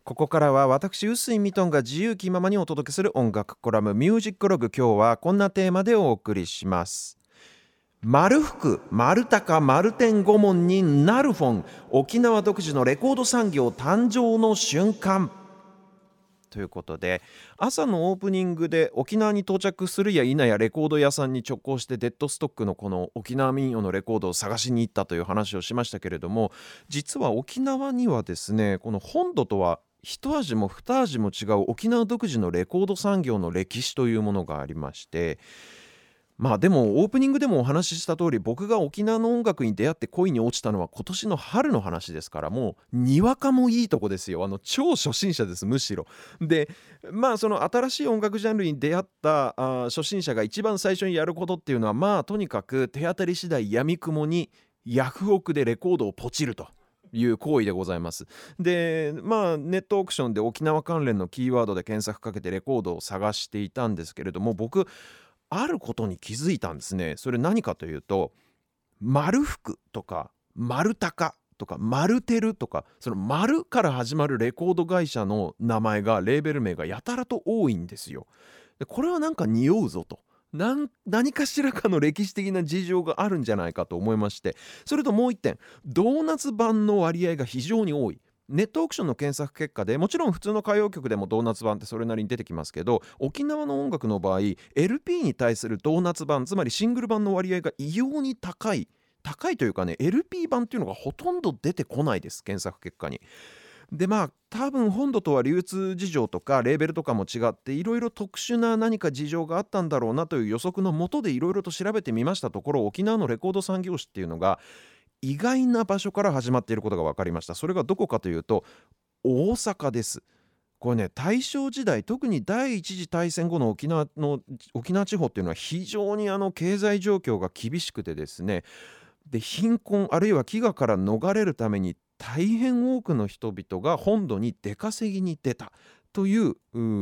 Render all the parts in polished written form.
ここからは私臼井ミトンが自由気ままにお届けする音楽コラムミュージックログ。今日はこんなテーマでお送りします。丸福、丸高、丸天五門にナルフォン、沖縄独自のレコード産業誕生の瞬間ということで、朝のオープニングで沖縄に到着するや否やレコード屋さんに直行してデッドストックのこの沖縄民謡のレコードを探しに行ったという話をしましたけれども、実は沖縄にはですね、この本土とは一味も二味も違う沖縄独自のレコード産業の歴史というものがありまして、でもオープニングでもお話しした通り、僕が沖縄の音楽に出会って恋に落ちたのは今年の春の話ですから、もうにわかもいいとこですよ。超初心者です、むしろ。で、その新しい音楽ジャンルに出会った初心者が一番最初にやることっていうのは、とにかく手当たり次第闇雲にヤフオクでレコードをポチるという行為でございます。で、ネットオークションで沖縄関連のキーワードで検索かけてレコードを探していたんですけれども、僕あることに気づいたんですね。それ何かというと、丸福とか丸高とか丸テルとか、その丸から始まるレコード会社の名前が、レーベル名がやたらと多いんですよ。でこれはなんか匂うぞと。何かしらかの歴史的な事情があるんじゃないかと思いまして、それともう一点、ドーナツ版の割合が非常に多い。ネットオークションの検索結果でもちろん普通の歌謡曲でもドーナツ版ってそれなりに出てきますけど、沖縄の音楽の場合 LP に対するドーナツ版、つまりシングル版の割合が異様に高いというかね、 LP 版っていうのがほとんど出てこないです、検索結果に。で多分本土とは流通事情とかレーベルとかも違っていろいろ特殊な何か事情があったんだろうなという予測のもとでいろいろと調べてみましたところ、沖縄のレコード産業史っていうのが意外な場所から始まっていることが分かりました。それがどこかというと大阪です。これね、大正時代、特に第一次大戦後の沖縄地方っていうのは非常に経済状況が厳しくてですね、で貧困あるいは飢餓から逃れるために大変多くの人々が本土に出稼ぎに出たという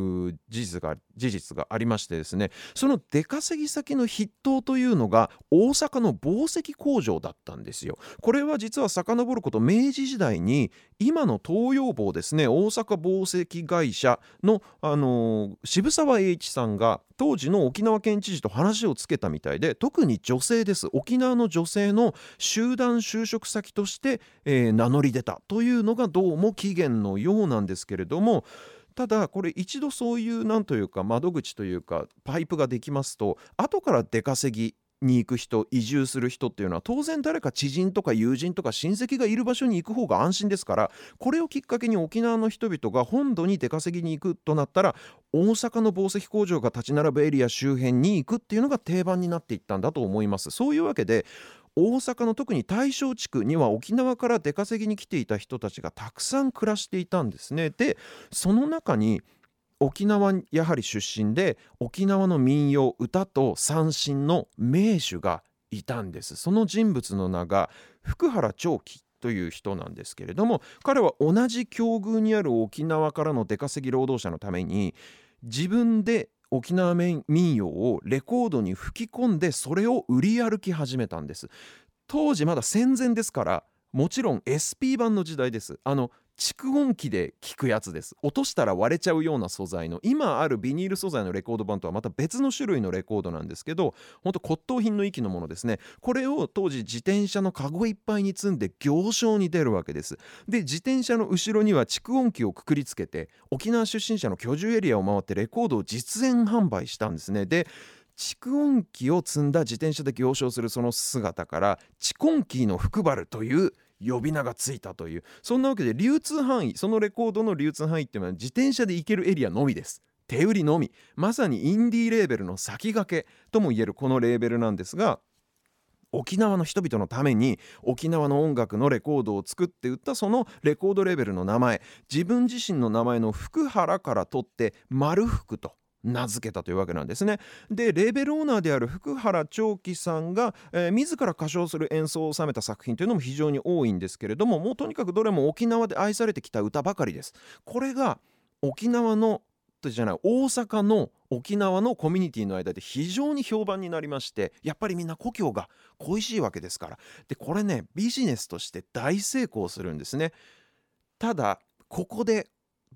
事実がありましてですね、その出稼ぎ先の筆頭というのが大阪の紡績工場だったんですよ。これは実は遡ること明治時代に今の東洋紡ですね、大阪紡績会社の、渋沢栄一さんが当時の沖縄県知事と話をつけたみたいで、特に女性です。沖縄の女性の集団就職先として、名乗り出たというのがどうも起源のようなんですけれども、ただこれ一度そういうなんというか窓口というかパイプができますと、後から出稼ぎに行く人、移住する人っていうのは当然誰か知人とか友人とか親戚がいる場所に行く方が安心ですから、これをきっかけに沖縄の人々が本土に出稼ぎに行くとなったら、大阪の紡績工場が立ち並ぶエリア周辺に行くっていうのが定番になっていったんだと思います。そういうわけで大阪の特に大正地区には沖縄から出稼ぎに来ていた人たちがたくさん暮らしていたんですね。でその中に沖縄やはり出身で沖縄の民謡歌と三線の名手がいたんです。その人物の名が福原長喜という人なんですけれども、彼は同じ境遇にある沖縄からの出稼ぎ労働者のために自分で沖縄民謡をレコードに吹き込んでそれを売り歩き始めたんです。当時まだ戦前ですから、もちろん SP 版の時代です。蓄音機で聞くやつです。落としたら割れちゃうような素材の、今あるビニール素材のレコード版とはまた別の種類のレコードなんですけど、本当骨董品の域のものですね。これを当時自転車のカゴいっぱいに積んで行商に出るわけです。で自転車の後ろには蓄音機をくくりつけて沖縄出身者の居住エリアを回ってレコードを実演販売したんですね。で蓄音機を積んだ自転車で行商するその姿から蓄音機の福原という呼び名がついたという、そんなわけで流通範囲、そのレコードの流通範囲っていうのは自転車で行けるエリアのみです。手売りのみ、まさにインディーレーベルの先駆けともいえるこのレーベルなんですが、沖縄の人々のために沖縄の音楽のレコードを作って売ったそのレコードレーベルの名前、自分自身の名前の福原から取って丸福と名付けたというわけなんですね。でレーベルオーナーである福原長喜さんが、自ら歌唱する演奏を収めた作品というのも非常に多いんですけれども、もうとにかくどれも沖縄で愛されてきた歌ばかりです。これが沖縄のじゃない大阪の沖縄のコミュニティの間で非常に評判になりまして、やっぱりみんな故郷が恋しいわけですから。でこれね、ビジネスとして大成功するんですね。ただここで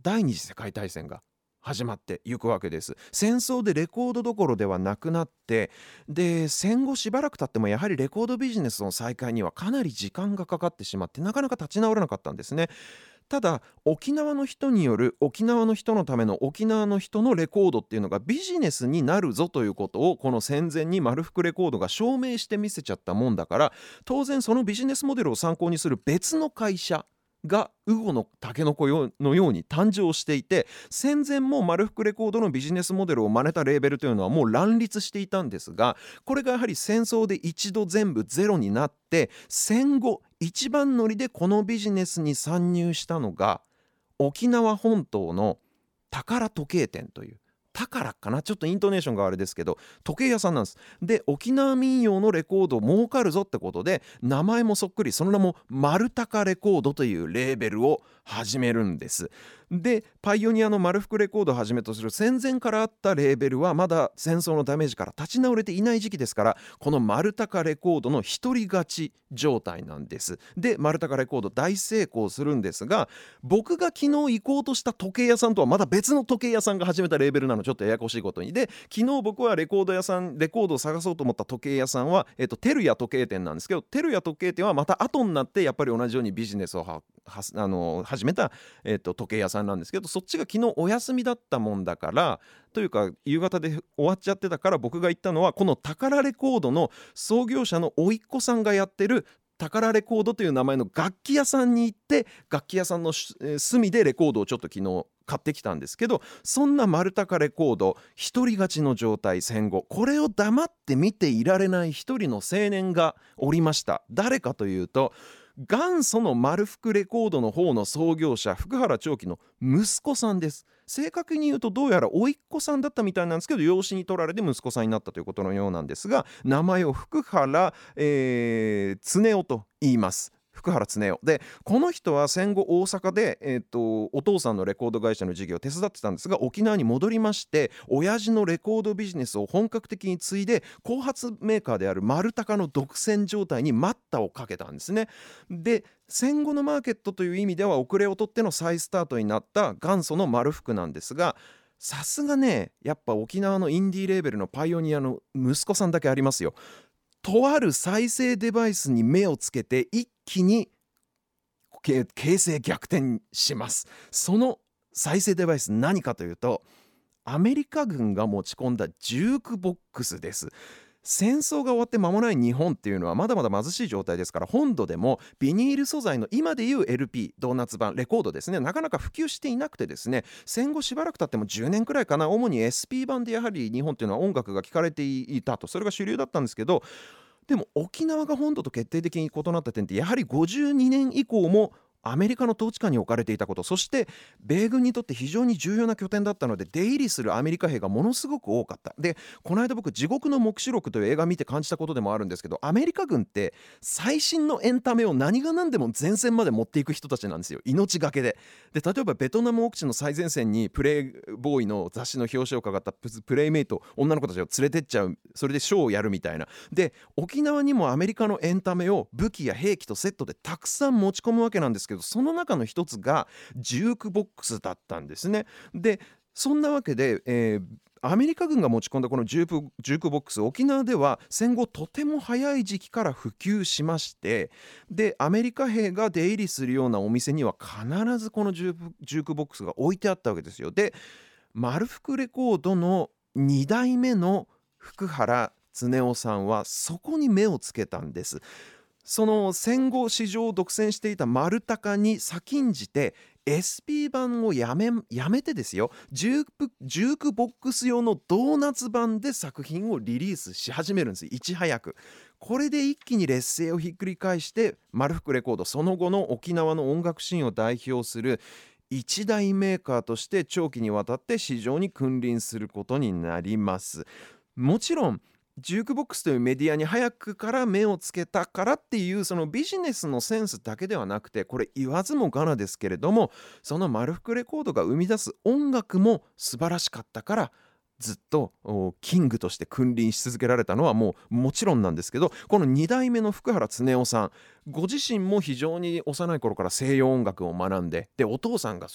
第二次世界大戦が始まっていくわけです。戦争でレコードどころではなくなって、で戦後しばらく経ってもやはりレコードビジネスの再開にはかなり時間がかかってしまって、なかなか立ち直らなかったんですね。ただ沖縄の人による沖縄の人のための沖縄の人のレコードっていうのがビジネスになるぞということを、この戦前に丸福レコードが証明してみせちゃったもんだから、当然そのビジネスモデルを参考にする別の会社がウゴのタケノコのように誕生していて、戦前も丸福レコードのビジネスモデルを真似たレーベルというのはもう乱立していたんですが、これがやはり戦争で一度全部ゼロになって、戦後一番乗りでこのビジネスに参入したのが沖縄本島の宝時計店という、宝かな、ちょっとイントネーションがあれですけど時計屋さんなんです。で沖縄民謡のレコード儲かるぞってことで、名前もそっくり、その名も丸高レコードというレーベルを始めるんです。でパイオニアの丸福レコードをはじめとする戦前からあったレーベルはまだ戦争のダメージから立ち直れていない時期ですから、この丸高レコードの一人勝ち状態なんです。で丸高レコード大成功するんですが、僕が昨日行こうとした時計屋さんとはまた別の時計屋さんが始めたレーベルなの、ちょっとややこしいことに。で昨日僕はレコードを探そうと思った時計屋さんは、テルヤ時計店なんですけど、テルヤ時計店はまた後になってやっぱり同じようにビジネスを始めた、時計屋さんなんですけど、そっちが昨日お休みだったもんだから、というか夕方で終わっちゃってたから、僕が行ったのはこの宝レコードの創業者の甥っ子さんがやってる宝レコードという名前の楽器屋さんに行って、楽器屋さんの隅でレコードをちょっと昨日買ってきたんですけど、そんな丸高レコード一人勝ちの状態、戦後これを黙って見ていられない一人の青年がおりました。誰かというと、元祖の丸福レコードの方の創業者福原長樹の息子さんです。正確に言うとどうやら甥っ子さんだったみたいなんですけど、養子に取られて息子さんになったということのようなんですが、名前を福原、恒夫と言います。福原恒夫で、この人は戦後大阪で、お父さんのレコード会社の事業を手伝ってたんですが、沖縄に戻りまして親父のレコードビジネスを本格的に継いで、後発メーカーである丸高の独占状態に待ったをかけたんですね。で戦後のマーケットという意味では遅れをとっての再スタートになった元祖の丸福なんですが、さすがねやっぱ沖縄のインディーレーベルのパイオニアの息子さんだけありますよ。とある再生デバイスに目をつけて一気に形勢逆転します。その再生デバイス何かというと、アメリカ軍が持ち込んだジュークボックスです。戦争が終わって間もない日本っていうのはまだまだ貧しい状態ですから、本土でもビニール素材の今でいう LP ドーナツ版レコードですね、なかなか普及していなくてですね、戦後しばらく経っても10年くらいかな、主に SP 版でやはり日本っていうのは音楽が聴かれていたと、それが主流だったんですけど、でも沖縄が本土と決定的に異なった点って、やはり52年以降もアメリカの統治下に置かれていたこと、そして米軍にとって非常に重要な拠点だったので出入りするアメリカ兵がものすごく多かった。でこの間僕地獄の黙示録という映画見て感じたことでもあるんですけど、アメリカ軍って最新のエンタメを何が何でも前線まで持っていく人たちなんですよ、命がけで。で例えばベトナム奥地の最前線にプレイボーイの雑誌の表紙をかかったプレイメイト女の子たちを連れてっちゃう、それでショーをやるみたいな。で沖縄にもアメリカのエンタメを武器や兵器とセットでたくさん持ち込むわけなんですけど、その中の一つがジュークボックスだったんですね。でそんなわけで、アメリカ軍が持ち込んだこのジュークボックス、沖縄では戦後とても早い時期から普及しまして、でアメリカ兵が出入りするようなお店には必ずこのジュークボックスが置いてあったわけですよ。で丸福レコードの2代目の福原恒夫さんはそこに目をつけたんです。その戦後市場を独占していた丸高に先んじて SP 版をやめてですよ、ジュークボックス用のドーナツ版で作品をリリースし始めるんです、いち早く。これで一気に劣勢をひっくり返して丸福レコード、その後の沖縄の音楽シーンを代表する一大メーカーとして長期にわたって市場に君臨することになります。もちろんジュークボックスというメディアに早くから目をつけたからっていうそのビジネスのセンスだけではなくて、これ言わずもがなですけれども、その丸福レコードが生み出す音楽も素晴らしかったからずっとキングとして君臨し続けられたのはもちろんなんですけど、この2代目の福原恒夫さんご自身も非常に幼い頃から西洋音楽を学んで、でお父さんがその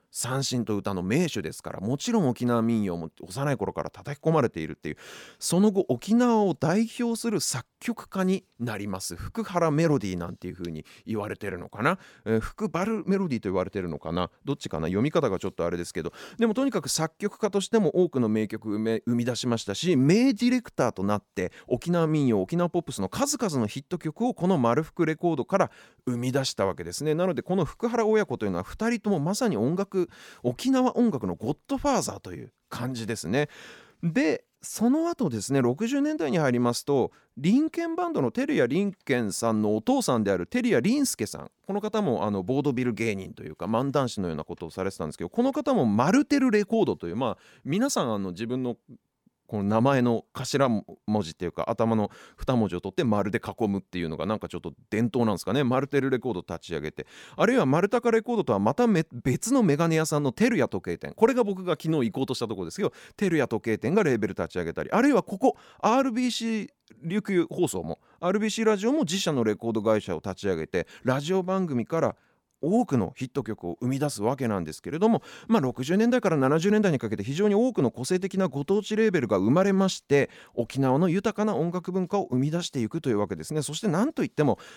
三線と歌の名手ですから、もちろん沖縄民謡も幼い頃から叩き込まれているっていう、その後沖縄を代表する作曲家になります福原メロディーなんていう風に言われてるのかな、福バルメロディーと言われてるのかな、どっちかな、読み方がちょっとあれですけど、でもとにかく作曲家としても多くの名曲を生み出しましたし、名ディレクターとなって沖縄民謡、沖縄ポップスの数々のヒット曲をこの丸福レコードから生み出したわけですね。なのでこの福原親子というのは2人ともまさに沖縄音楽のゴッドファーザーという感じですね。でその後ですね、60年代に入りますと、リンケンバンドの照屋リンケンさんのお父さんである照屋林介さん、この方もボードビル芸人というか漫談師のようなことをされてたんですけど、この方もマルテルレコードという、皆さん自分のこの名前の頭文字っていうか頭の2文字を取って丸で囲むっていうのがなんかちょっと伝統なんですかね。マルテルレコード立ち上げて、あるいはマルタカレコードとはまた別のメガネ屋さんのテルヤ時計店、これが僕が昨日行こうとしたところですけど、テルヤ時計店がレーベル立ち上げたり、あるいはここ RBC 琉球放送も RBC ラジオも自社のレコード会社を立ち上げて、ラジオ番組から多くのヒット曲を生み出すわけなんですけれども、60年代から70年代にかけて非常に多くの個性的なご当地レーベルが生まれまして、沖縄の豊かな音楽文化を生み出していくというわけですね。そして何といっても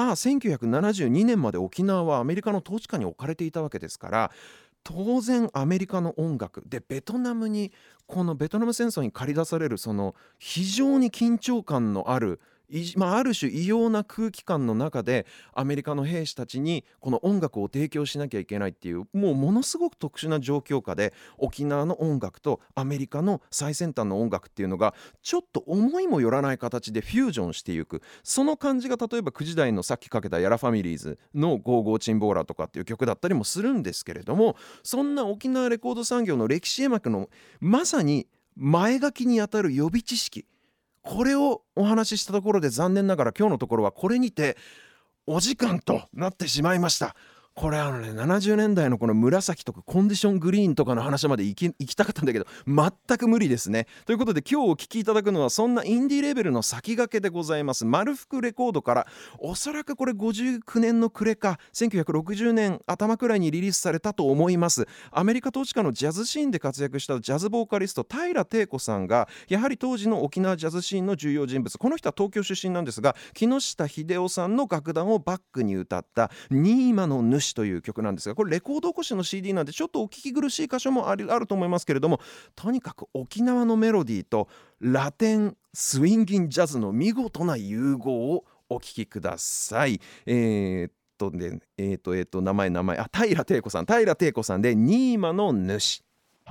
1972年まで沖縄はアメリカの統治下に置かれていたわけですから、当然アメリカの音楽でこのベトナム戦争に駆り出されるその非常に緊張感のあるある種異様な空気感の中でアメリカの兵士たちにこの音楽を提供しなきゃいけないっていう、ものすごく特殊な状況下で沖縄の音楽とアメリカの最先端の音楽っていうのがちょっと思いもよらない形でフュージョンしていく、その感じが例えば9時台のさっきかけたヤラファミリーズのゴーゴーチンボーラとかっていう曲だったりもするんですけれども、そんな沖縄レコード産業の歴史絵巻のまさに前書きにあたる予備知識、これをお話ししたところで残念ながら今日のところはこれにてお時間となってしまいました。これ70年代のこの紫とかコンディショングリーンとかの話まで行きたかったんだけど全く無理ですね。ということで今日お聞きいただくのはそんなインディーレーベルの先駆けでございます丸福レコードから、おそらくこれ59年の暮れか1960年頭くらいにリリースされたと思います。アメリカ統治下のジャズシーンで活躍したジャズボーカリスト平定子さんがやはり当時の沖縄ジャズシーンの重要人物、この人は東京出身なんですが木下秀夫さんの楽団をバックに歌った新今の主という曲なんですが、これレコード起こしの CD なんでちょっとお聞き苦しい箇所もあると思いますけれども、とにかく沖縄のメロディーとラテンスウィンギンジャズの見事な融合をお聞きください。名前平定子さんで新今の主。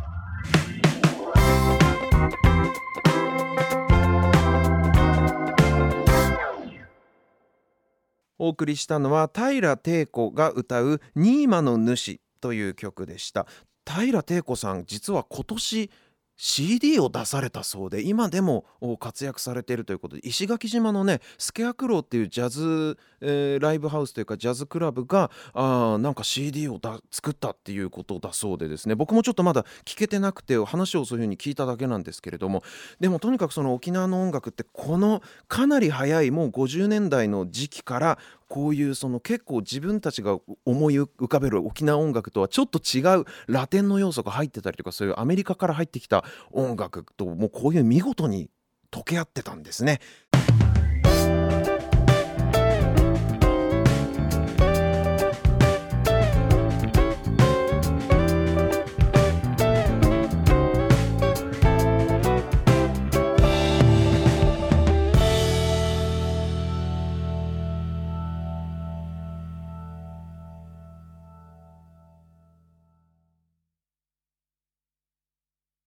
お送りしたのは平定子が歌う新今の主という曲でした。平定子さん実は今年CD を出されたそうで、今でも活躍されているということで、石垣島のねスケアクローっていうジャズ、ライブハウスというかジャズクラブがなんか CD を作ったっていうことだそうでですね、僕もちょっとまだ聞けてなくて話をそういう風に聞いただけなんですけれども、でもとにかくその沖縄の音楽ってこのかなり早いもう50年代の時期からこういうその結構自分たちが思い浮かべる沖縄音楽とはちょっと違うラテンの要素が入ってたりとか、そういうアメリカから入ってきた音楽ともうこういう見事に溶け合ってたんですね。